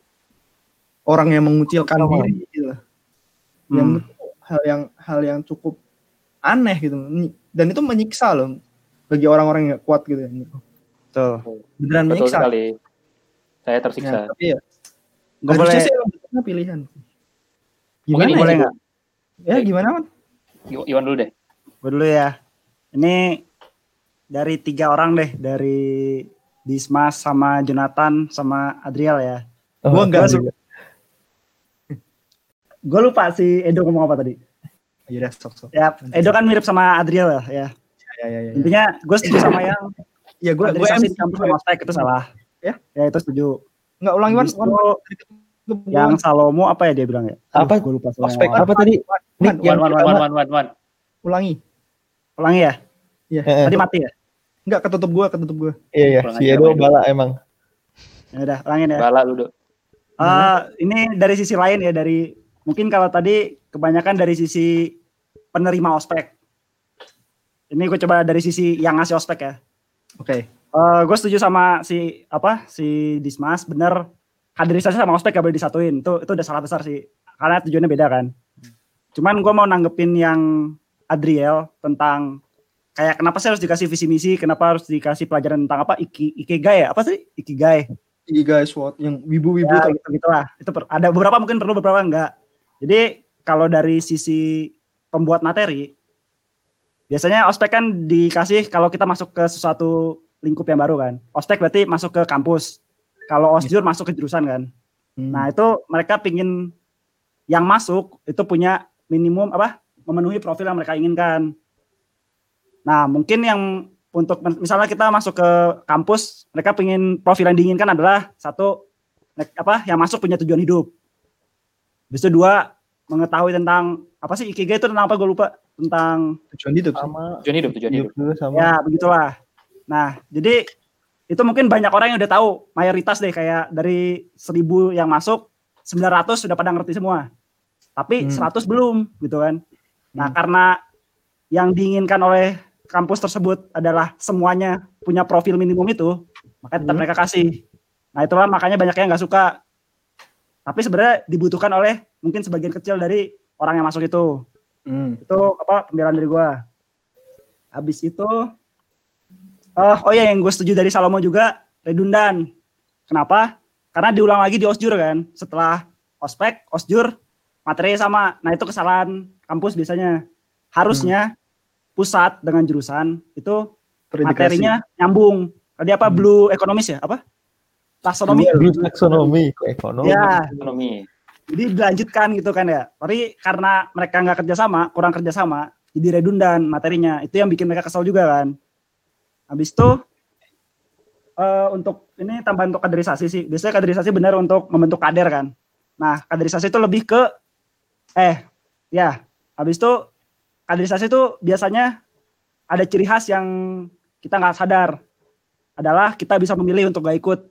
orang yang mengucilkan oh. diri gitu lah. Hmm. Yang hal yang hal yang cukup aneh gitu, dan itu menyiksa loh bagi orang-orang yang kuat gitu ya. Betul. Beneran Betul menyiksa. sekali. Saya tersiksa. Ya, tapi ya Gak boleh sih pilihan. Gimana Mungkin boleh nggak? Ya gimana man? Iwan dulu deh. Gue dulu ya. Ini dari tiga orang deh, dari Dismas sama Jonathan sama Adriel ya. Oh, gue enggak sih. Gue lupa si Edo ngomong apa tadi. Iya, sok-sok. Ya, Edo kan mirip sama Adriel ya. Ya, ya, ya, ya. Intinya gue setuju sama yang ya gue gue kampus sama ospek itu salah. Ya, ya itu setuju. Enggak ulangi Wan. Yang Salomo apa ya dia bilang ya? Apa? Gue lupa. Ospek apa tadi? Wan, wan, wan, wan, wan, wan, wan. Ulangi. Ulangi ya. Iya. Eh, Tadi mati ya. Enggak, ketutup gua, ketutup gua. Iya ya, Kurang si ajar, Edo Edo. bala emang. Ya udah, ulangin ya. Bala lu, Dok. Eh, ini dari sisi lain ya, dari mungkin kalau tadi kebanyakan dari sisi penerima ospek. Ini gue coba dari sisi yang ngasih ospek ya. Oke. Eh, gue setuju sama si apa si Dismas, bener kaderisasi sama ospek gak boleh disatuin. Itu itu udah salah besar sih, karena tujuannya beda kan. Cuman gue mau nanggepin yang Adriel tentang kayak kenapa sih harus dikasih visi misi, kenapa harus dikasih pelajaran tentang apa iki ikigai ya, apa sih ikigai? Ini guys, what yang wibu-wibu Ya, tuh. gitu gitulah. Itu per- ada beberapa mungkin perlu, beberapa enggak. Jadi kalau dari sisi pembuat materi, biasanya ospek kan dikasih kalau kita masuk ke sesuatu lingkup yang baru kan. Ospek berarti masuk ke kampus. Kalau osjur masuk ke jurusan kan. Hmm. Nah itu mereka pingin yang masuk itu punya minimum apa? Memenuhi profil yang mereka inginkan. Nah mungkin yang untuk misalnya kita masuk ke kampus, mereka pingin profil yang diinginkan adalah satu apa? Yang masuk punya tujuan hidup. Habis itu dua, mengetahui tentang apa sih ikigai itu tentang apa gue lupa, tentang tujuan hidup sih. Sama Tujuan hidup, tujuan hidup. hidup dulu sama. ya begitulah. Nah jadi itu mungkin banyak orang yang udah tahu, mayoritas deh kayak dari seribu yang masuk sembilan ratus sudah pada ngerti semua, tapi Hmm. seratus belum gitu kan. Nah Hmm. karena yang diinginkan oleh kampus tersebut adalah semuanya punya profil minimum itu, makanya tetap Hmm. mereka kasih. Nah itulah makanya banyak yang nggak suka. Tapi sebenarnya dibutuhkan oleh mungkin sebagian kecil dari orang yang masuk itu. Hmm. Itu apa pembelaan dari gua. Habis itu, eh, oh ya yang gue setuju dari Salomo juga redundan. Kenapa? Karena diulang lagi di osjur kan. Setelah ospek, osjur, materi sama. Nah itu kesalahan kampus biasanya. Harusnya pusat dengan jurusan itu Terindikasi. materinya nyambung. Tadi apa Hmm. blue ekonomis ya? Apa? Taksonomi. Blue taxonomy, kok ekonomi. Ya, Ekonomi. jadi dilanjutkan gitu kan ya. Tapi karena mereka nggak kerjasama, kurang kerjasama, jadi redundan materinya. Itu yang bikin mereka kesal juga kan. Habis itu eh, untuk ini tambahan untuk kaderisasi sih. Biasanya kaderisasi benar untuk membentuk kader kan. Nah kaderisasi itu lebih ke eh ya. Habis itu kaderisasi itu biasanya ada ciri khas yang kita nggak sadar. Adalah kita bisa memilih untuk gak ikut.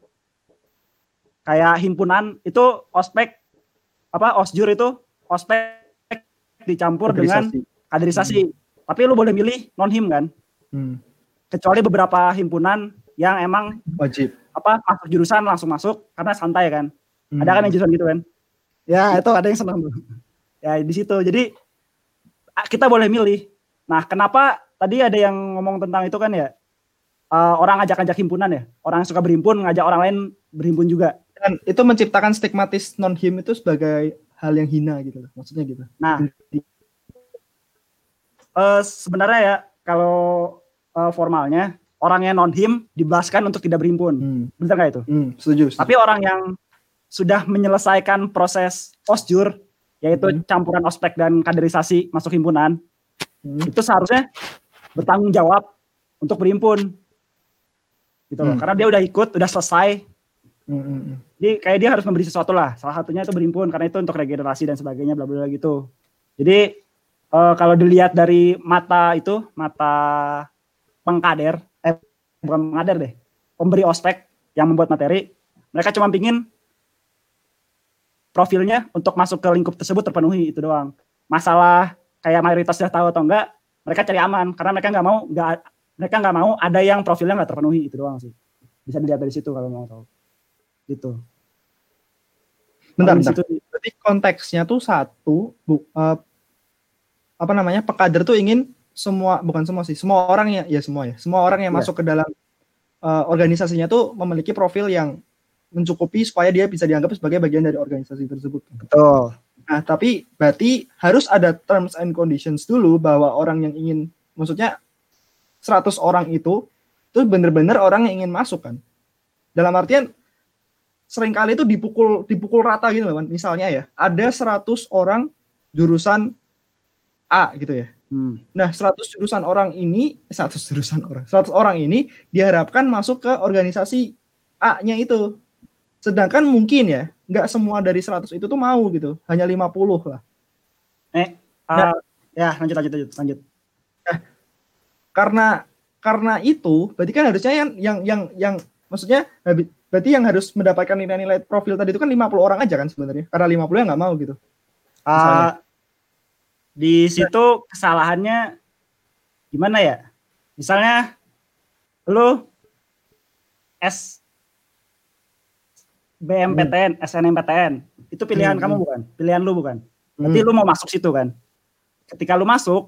Kayak himpunan itu ospek apa osjur itu ospek dicampur dengan Kaderisasi. kaderisasi. Tapi lu boleh milih non him kan? Hmm. Kecuali beberapa himpunan yang emang Wajib. apa masuk jurusan langsung masuk karena santai kan. Hmm. Ada kan yang jurusan gitu kan? Ya itu ada yang senang tuh. Ya di situ. Jadi a- kita boleh milih. Nah kenapa tadi ada yang ngomong tentang itu kan ya? Eh, orang ngajak-ngajak himpunan ya. Orang yang suka berhimpun ngajak orang lain berhimpun juga. Dan itu menciptakan stigmatis non him itu sebagai hal yang hina gitu loh. Maksudnya gitu. Nah eh, sebenarnya ya kalau eh, formalnya orang yang non him dibebaskan untuk tidak berhimpun. Hmm. Benar nggak itu? Hmm. Setuju. setuju. Tapi orang yang sudah menyelesaikan proses osjur, yaitu Hmm. campuran ospek dan kaderisasi masuk himpunan, Hmm. itu seharusnya bertanggung jawab untuk berhimpun. Gitu loh. Hmm. Karena dia udah ikut, udah selesai. Hmm, hmm, hmm. Jadi kayak dia harus memberi sesuatu lah. Salah satunya itu berhimpun, karena itu untuk regenerasi dan sebagainya, bla bla bla gitu. Jadi eh, kalau dilihat dari mata itu, mata pengkader, eh bukan pengkader deh, pemberi ospek yang membuat materi, mereka cuma pingin profilnya untuk masuk ke lingkup tersebut terpenuhi, itu doang. Masalah kayak mayoritas sudah tahu atau enggak, mereka cari aman karena mereka nggak mau nggak mereka nggak mau ada yang profilnya nggak terpenuhi, itu doang sih. Bisa dilihat dari situ kalau mau tahu. Gitu. Bentar, Dari bentar. situ sih. Berarti konteksnya tuh satu, bu, eh, apa namanya, pekader tuh ingin semua, bukan semua sih, semua orang ya, ya semua ya, semua orang yang Iya. masuk ke dalam eh, organisasinya tuh memiliki profil yang mencukupi supaya dia bisa dianggap sebagai bagian dari organisasi tersebut. Betul. Nah, tapi berarti harus ada terms and conditions dulu bahwa orang yang ingin, maksudnya seratus orang itu, itu benar-benar orang yang ingin masuk kan. Dalam artian seringkali itu dipukul dipukul rata gitu loh, Wan. Misalnya ya, ada seratus orang jurusan A gitu ya. Hmm. Nah, seratus jurusan orang ini, seratus jurusan orang, seratus orang ini diharapkan masuk ke organisasi A-nya itu. Sedangkan mungkin ya, nggak semua dari seratus itu tuh mau gitu, hanya lima puluh lah. Eh, uh, Nah. ya lanjut lanjut lanjut lanjut. karena karena itu berarti kan harusnya yang yang yang yang maksudnya berarti yang harus mendapatkan nilai-nilai profil tadi itu kan lima puluh orang aja kan sebenarnya, karena lima puluh yang nggak mau gitu. Uh, di situ kesalahannya gimana ya? Misalnya lu S B M P T N, hmm. S N M P T N, itu pilihan hmm. kamu bukan? Pilihan lu bukan? Berarti hmm. lu mau masuk situ kan? Ketika lu masuk,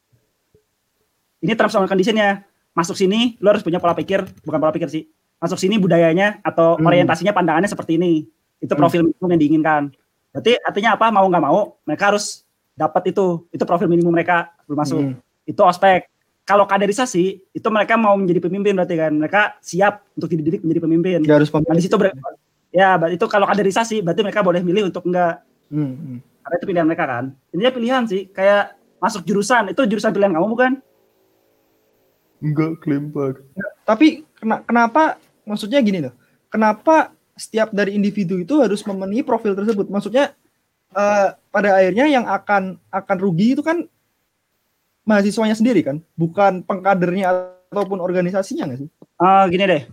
ini terms and condition-nya, masuk sini lu harus punya pola pikir, bukan pola pikir sih, masuk sini budayanya atau hmm. orientasinya pandangannya seperti ini. Itu profil minimum yang diinginkan. Berarti artinya apa? Mau nggak mau, mereka harus dapat itu. Itu profil minimum mereka belum masuk. Hmm. Itu ospek. Kalau kaderisasi, itu mereka mau menjadi pemimpin berarti kan. Mereka siap untuk dididik menjadi pemimpin. Gak harus pemimpin. Nah, di situ ber- ya, itu kalau kaderisasi, berarti mereka boleh milih untuk enggak. Hmm. Hmm. Karena itu pilihan mereka kan. Intinya pilihan sih. Kayak masuk jurusan, itu jurusan pilihan kamu bukan? Enggak, kelempar. Tapi kenapa, maksudnya gini loh. Kenapa setiap dari individu itu harus memenuhi profil tersebut? Maksudnya uh, pada akhirnya yang akan akan rugi itu kan mahasiswanya sendiri kan, bukan pengkadernya ataupun organisasinya nggak sih? Uh, gini deh,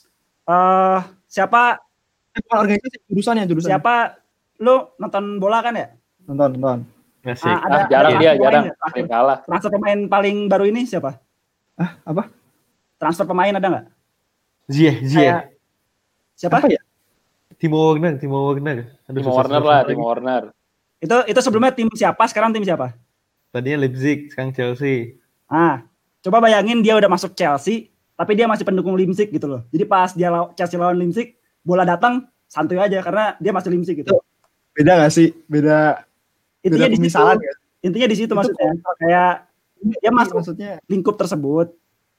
uh, siapa? Organisasi jurusannya jurusan. Siapa? Lu nonton bola kan ya? Nonton, nonton. Uh, ada, ah, jarang ada dia, jarang. Dia kalah. Transfer pemain paling baru ini siapa? Ah, apa? Transfer pemain ada nggak? Ziyeh, Ziyeh. Siapa? Apa ya? Timo Werner, Timo Werner. Aduh, Timo Werner lah, Timo Werner. Itu itu sebelumnya tim siapa? Sekarang tim siapa? Tadinya Leipzig, sekarang Chelsea. Ah, coba bayangin dia udah masuk Chelsea, tapi dia masih pendukung Leipzig gitu loh. Jadi pas dia law- Chelsea lawan Leipzig, bola datang santuy aja karena dia masih Leipzig gitu. Beda nggak sih? Beda. Intinya beda di situ. ya? Intinya di situ itu maksudnya. Kayak dia masuk maksudnya lingkup tersebut.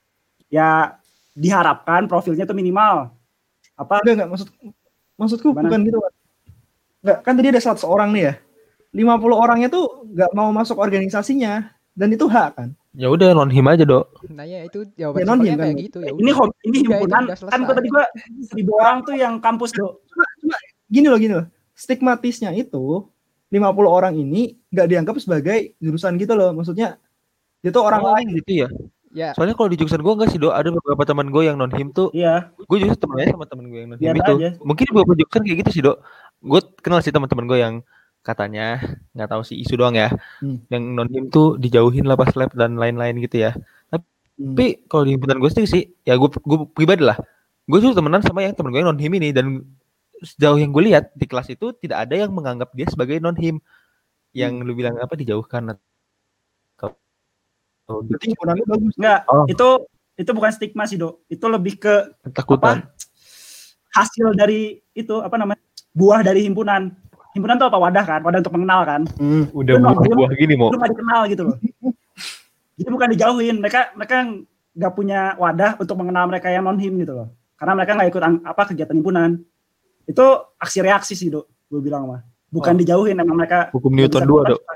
Ya diharapkan profilnya tuh minimal. Apa? Enggak, enggak maksud maksudku Gimana? bukan gitu. Enggak, kan tadi ada seratus orang nih ya. lima puluh orangnya tuh nggak mau masuk organisasinya dan itu hak kan. Ya udah non-him aja, Dok. Nah ya itu jawaban Ya, non-him simpelnya kayak kan. gitu ya. Ini udah. hom- ini Udah, itu himpunan udah kan selesai. gua tadi gua seribu orang tuh yang kampus do. Cuma, cuma gini loh gini loh. Stigmatisnya itu lima puluh orang ini nggak dianggap sebagai jurusan gitu loh. Maksudnya itu orang Oh, lain. gitu ya. Ya, Soalnya kalau di jurusan gue enggak sih, Dok. Ada beberapa teman gue yang non-him tuh. Iya. Gue justru temennya sama temen gue yang non-him Biar itu. aja. Mungkin di beberapa jurusan kayak gitu sih, Dok. Gue kenal sih teman-teman gue yang katanya nggak tahu sih isu doang ya. Hmm. Yang non-him tuh dijauhin lah pas lab dan lain-lain gitu ya. Hmm. Tapi kalau di himpunan gue sendiri sih, ya gue gue pribadi lah. Gue tuh temenan sama yang temen gue yang non-him ini dan sejauh yang gue lihat di kelas itu tidak ada yang menganggap dia sebagai non-him. Yang Hmm. lu bilang apa dijauhkan atau Berarti himpunan lu bagus. Enggak, Oh. itu itu bukan stigma sih, Do. Itu lebih ke ketakutan. apa? Hasil dari itu apa namanya? Buah dari himpunan. Himpunan tuh apa? Wadah kan? Wadah untuk mengenal kan? Hmm. Udah Lu buah, non-him, buah gini mau. Lu nggak dikenal gitu loh. Jadi bukan dijauhin. Mereka mereka nggak punya wadah untuk mengenal mereka yang non-him gitu loh. Karena mereka nggak ikut ang- apa kegiatan himpunan. Itu aksi reaksi sih, Do. Gue bilang mah. Bukan Oh. dijauhin, emang mereka Hukum nggak Newton bisa dua, keluar, Dok.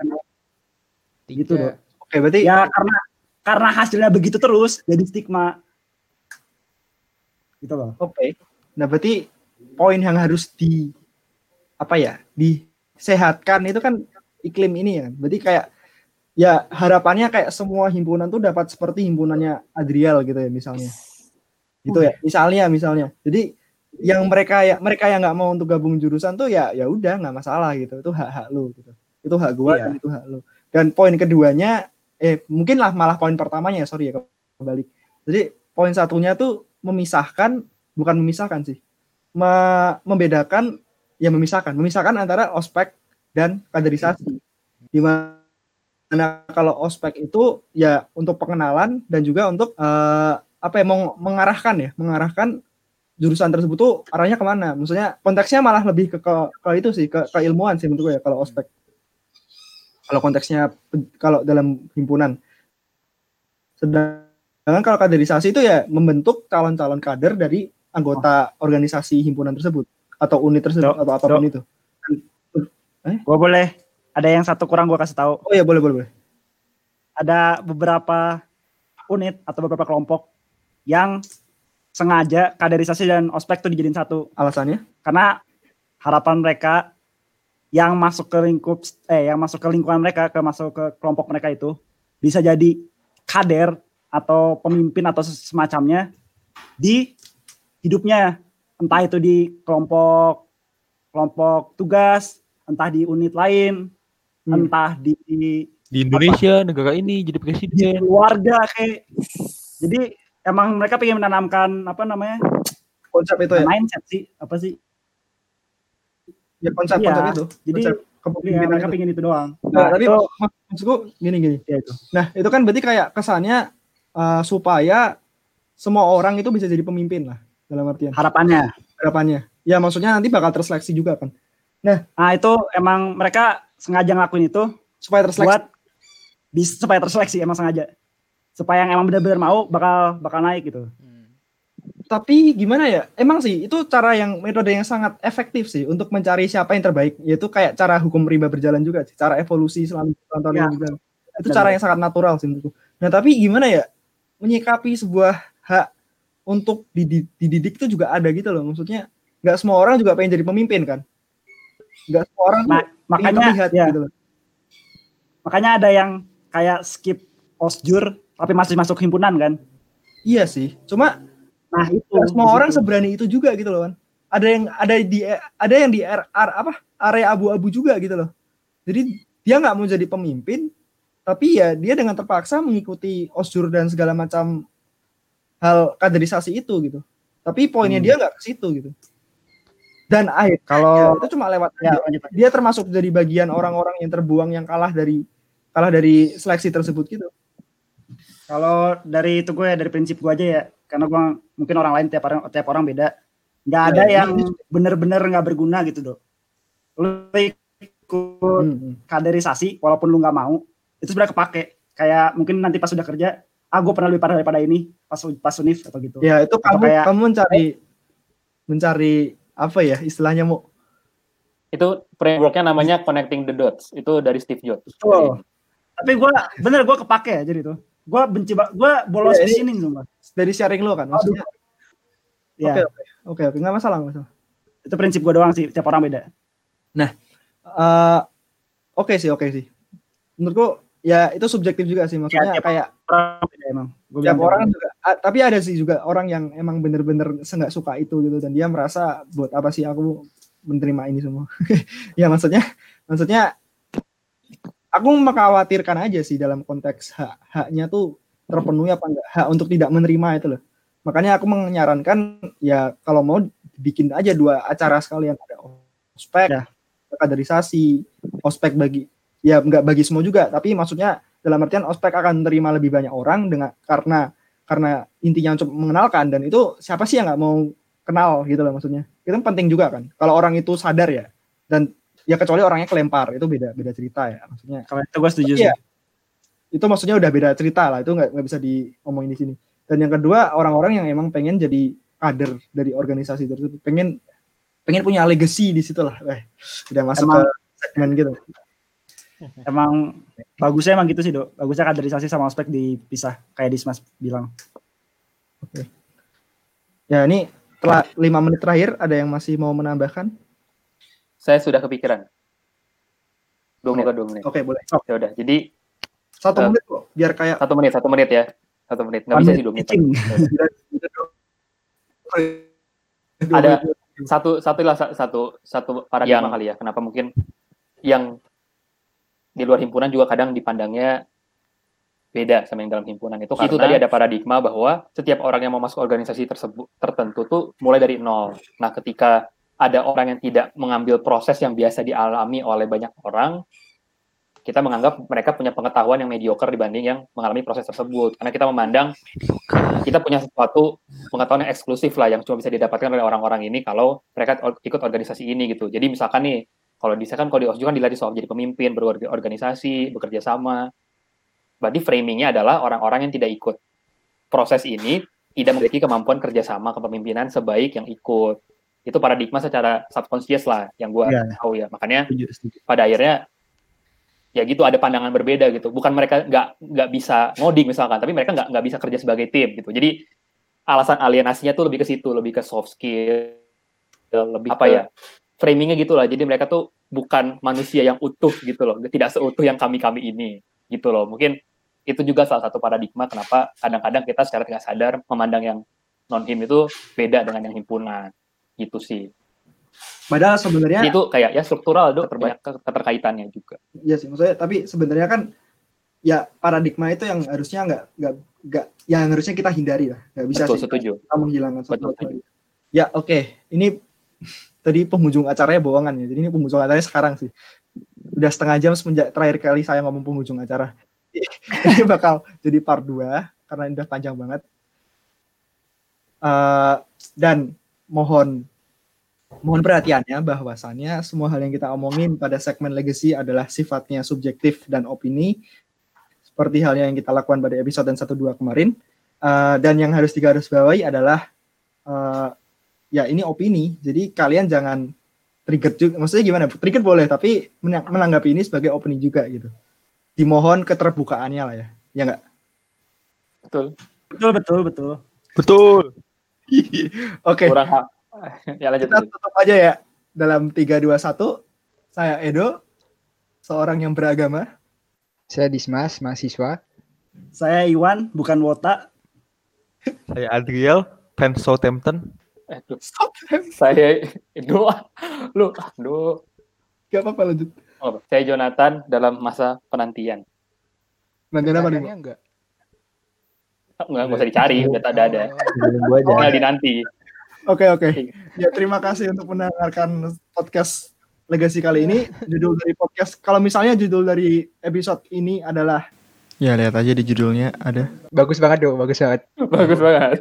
tiga. Gitu, Do. Oke, berarti Ya karena karena hasilnya begitu terus jadi stigma. Gitu loh. oke. Nah, berarti poin yang harus di apa ya? Disehatkan itu kan iklim ini ya. Berarti kayak ya harapannya kayak semua himpunan tuh dapat seperti himpunannya Adriel gitu ya misalnya. Gitu ya. Misalnya misalnya. Jadi yang mereka ya mereka yang nggak mau untuk gabung jurusan tuh ya ya udah nggak masalah gitu. Itu hak-hak lu gitu. Itu hak gua Iya. dan itu hak lu. Dan poin keduanya eh mungkin lah malah poin pertamanya ya, sorry ya kembali. Jadi poin satunya tuh memisahkan, bukan memisahkan sih. Me- membedakan ya memisahkan, memisahkan antara ospek dan kaderisasi. Di mana kalau ospek itu ya untuk pengenalan dan juga untuk eh, apa ya meng- mengarahkan ya, mengarahkan jurusan tersebut tuh arahnya kemana? Maksudnya konteksnya malah lebih ke ke, ke itu sih, ke keilmuan sih menurut gue ya kalau ospek. Kalau konteksnya kalau dalam himpunan. Sedangkan kalau kaderisasi itu ya membentuk calon-calon kader dari anggota organisasi himpunan tersebut atau unit tersebut Dok, atau apapun Dok. itu. Gue boleh ada yang satu kurang gue kasih tahu. Oh ya boleh boleh boleh. Ada beberapa unit atau beberapa kelompok yang sengaja kaderisasi dan ospek tuh dijadiin satu Alasannya? karena harapan mereka yang masuk ke lingkup eh yang masuk ke lingkungan mereka ke masuk ke kelompok mereka itu bisa jadi kader atau pemimpin atau semacamnya di hidupnya, entah itu di kelompok kelompok tugas, entah di unit lain, hmm. entah di di Indonesia apa, negara ini jadi presiden, keluarga kayak. Jadi emang mereka pengen menanamkan apa namanya konsep itu ya, mindset sih apa sih ya konsep iya, konsep itu. Jadi konsep ya, mereka itu. pengen itu doang. Nah, nah tapi itu, maksudku gini-gini. Ya itu. Nah itu kan berarti kayak kesannya uh, supaya semua orang itu bisa jadi pemimpin lah dalam artian. Harapannya. Harapannya. Ya maksudnya nanti bakal terseleksi juga kan. Nah, nah itu emang mereka sengaja ngelakuin itu supaya terseleksi. Buat bis, supaya terseleksi emang sengaja. Supaya yang emang benar-benar mau bakal bakal naik gitu. Hmm. Tapi gimana ya? Emang sih itu cara yang metode yang sangat efektif sih untuk mencari siapa yang terbaik. Yaitu kayak cara hukum rimba berjalan juga sih. Cara evolusi selama tahun-tahun ya. Berjalan. Itu cara yang sangat natural sih menurutku. Nah tapi gimana ya? Menyikapi sebuah hak untuk dididik itu juga ada gitu loh. Maksudnya nggak semua orang juga pengen jadi pemimpin kan? Nggak semua orang nah, makanya terlihat ya. gitu loh. Makanya ada yang kayak skip osjur tapi masih masuk himpunan kan? Iya sih. Cuma nah itu nggak semua orang itu. Seberani itu juga gitu loh kan. Ada yang ada di ada yang di R R apa area abu-abu juga gitu loh. Jadi dia nggak mau jadi pemimpin, tapi ya dia dengan terpaksa mengikuti osjur dan segala macam hal kaderisasi itu gitu. Tapi poinnya hmm. dia nggak ke situ gitu. Dan akhir kalau itu cuma lewat ya, dia, dia termasuk jadi bagian orang-orang yang terbuang yang kalah dari kalah dari seleksi tersebut gitu. Kalau dari itu gue dari prinsip gue aja ya, karena gue mungkin orang lain tiap orang tiap orang beda. Nggak ada ya, yang bener-bener nggak berguna gitu dok. Lu ikut hmm. kaderisasi walaupun lu nggak mau, itu sebenarnya kepake. Kayak mungkin nanti pas sudah kerja, ah gue pernah lebih parah daripada ini pas pas univ atau gitu. Ya itu atau kamu kayak, kamu mencari mencari apa ya istilahnya mau? Itu frameworknya namanya connecting the dots. Itu dari Steve Jobs. Oh. Tapi gue bener gue kepake ya jadi tuh. Gue benci banget, gue bolos ya, di sini sumpah. Dari sharing lo kan maksudnya. Oke ya. oke oke oke nggak masalah nggak masalah. Itu prinsip gue doang sih, tiap orang beda. Nah, uh, oke okay sih oke okay sih. Menurutku ya itu subjektif juga sih maksudnya ya, kayak orang beda emang. Tiap orang juga, uh, tapi ada sih juga orang yang emang bener-bener nggak suka itu gitu dan dia merasa buat apa sih aku menerima ini semua. Ya maksudnya maksudnya aku mengkhawatirkan aja sih dalam konteks hak haknya tuh terpenuhi apa enggak, hak untuk tidak menerima itu loh. Makanya aku menyarankan ya kalau mau bikin aja dua acara sekalian, ada ospek, ya. kaderisasi, ospek bagi ya enggak bagi semua juga, tapi maksudnya dalam artian ospek akan menerima lebih banyak orang dengan karena karena intinya untuk mengenalkan, dan itu siapa sih yang nggak mau kenal gitu loh maksudnya. Itu penting juga kan. Kalau orang itu sadar ya, dan ya kecuali orangnya kelempar, itu beda beda cerita ya maksudnya. Kalau itu gue setuju sih. Ya, itu maksudnya udah beda cerita lah, itu nggak nggak bisa diomongin di sini. Dan yang kedua orang-orang yang emang pengen jadi kader dari organisasi tersebut, pengen pengen punya legacy di situ lah. Eh, udah masuk emang, ke segmen gitu. Emang bagusnya emang gitu sih dok. Bagusnya kaderisasi sama ospek dipisah kayak Dismas bilang. Oke. Ya ini telah lima menit terakhir, ada yang masih mau menambahkan? Saya sudah kepikiran. Dua menit, dua menit. Oke boleh. Ya udah. Jadi satu uh, menit kok, biar kayak satu menit, satu menit ya, satu menit. Nggak bisa sih dua menit. Ada satu satu lah satu satu paradigma kali ya. Kenapa mungkin yang di luar himpunan juga kadang dipandangnya beda sama yang dalam himpunan itu, karena itu tadi ada paradigma bahwa setiap orang yang mau masuk organisasi tersebut tertentu tuh mulai dari nol. Nah, ketika ada orang yang tidak mengambil proses yang biasa dialami oleh banyak orang, kita menganggap mereka punya pengetahuan yang mediocre dibanding yang mengalami proses tersebut. Karena kita memandang kita punya sesuatu pengetahuan yang eksklusif lah, yang cuma bisa didapatkan oleh orang-orang ini kalau mereka ikut organisasi ini gitu. Jadi misalkan nih, kalau di kan kalau di O S J U kan dilatih soal jadi pemimpin, berorganisasi, bekerja sama. Berarti framingnya adalah orang-orang yang tidak ikut proses ini tidak memiliki kemampuan kerjasama kepemimpinan sebaik yang ikut. Itu paradigma secara subconscious lah yang gue yeah. tahu ya. Makanya pada akhirnya ya gitu ada pandangan berbeda gitu. Bukan mereka nggak nggak bisa ngoding misalkan, tapi mereka nggak nggak bisa kerja sebagai tim gitu. Jadi alasan alienasinya tuh lebih ke situ, lebih ke soft skill, lebih apa ya? Framingnya gitulah. Jadi mereka tuh bukan manusia yang utuh gitu loh, tidak seutuh yang kami-kami ini gitu loh. Mungkin itu juga salah satu paradigma kenapa kadang-kadang kita secara tidak sadar memandang yang non-him itu beda dengan yang himpunan gitu sih. Padahal sebenarnya itu kayak ya struktural dong, terbanyak keterkaitannya juga. Iya sih, maksudnya tapi sebenarnya kan ya paradigma itu yang harusnya nggak nggak nggak yang harusnya kita hindari lah, nggak bisa Betul, sih setuju. kita menghilangkan Betul, sesuatu. Ya oke, okay. Ini tadi penghujung acaranya bohongan ya, jadi ini penghujung acaranya sekarang sih. Udah setengah jam semenjak terakhir kali saya ngomong penghujung acara. Ini bakal jadi part dua karena ini udah panjang banget. Uh, dan mohon mohon perhatiannya bahwasannya semua hal yang kita omongin pada segmen legacy adalah sifatnya subjektif dan opini, seperti hal yang kita lakukan pada episode satu dua kemarin. Uh, dan yang harus digarisbawahi adalah uh, ya ini opini, jadi kalian jangan trigger juga, maksudnya gimana? Trigger boleh, tapi menanggapi ini sebagai opini juga gitu. Dimohon keterbukaannya lah ya, ya nggak? Betul. Betul, betul, betul. Betul. Oke. Kurang hak. Ya lanjut. Kita tutup aja ya dalam tiga dua satu. Saya Edo, seorang yang beragama. Saya Dismas, mahasiswa. Saya Iwan, bukan Wota. Saya Adriel, fans Southampton. Aduh. Saya Edo. Lu, aduh. Gak apa-apa lanjut. Oh, saya Jonathan dalam masa penantian. Nanti apa nih? Pertanyaannya enggak? Enggak, enggak usah dicari, udah ada ada. Gue aja. Tinggal dinanti. Oke oke. Ya terima kasih untuk mendengarkan podcast Legacy kali ini. Judul dari podcast, kalau misalnya judul dari episode ini adalah, ya lihat aja di judulnya ada. Bagus banget dong, bagus banget. Bagus banget.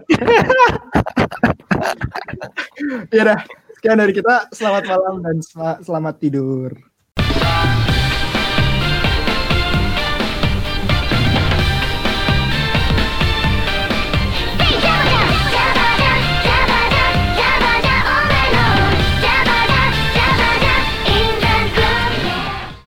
Ya dah, sekian dari kita. Selamat malam dan sel- selamat tidur.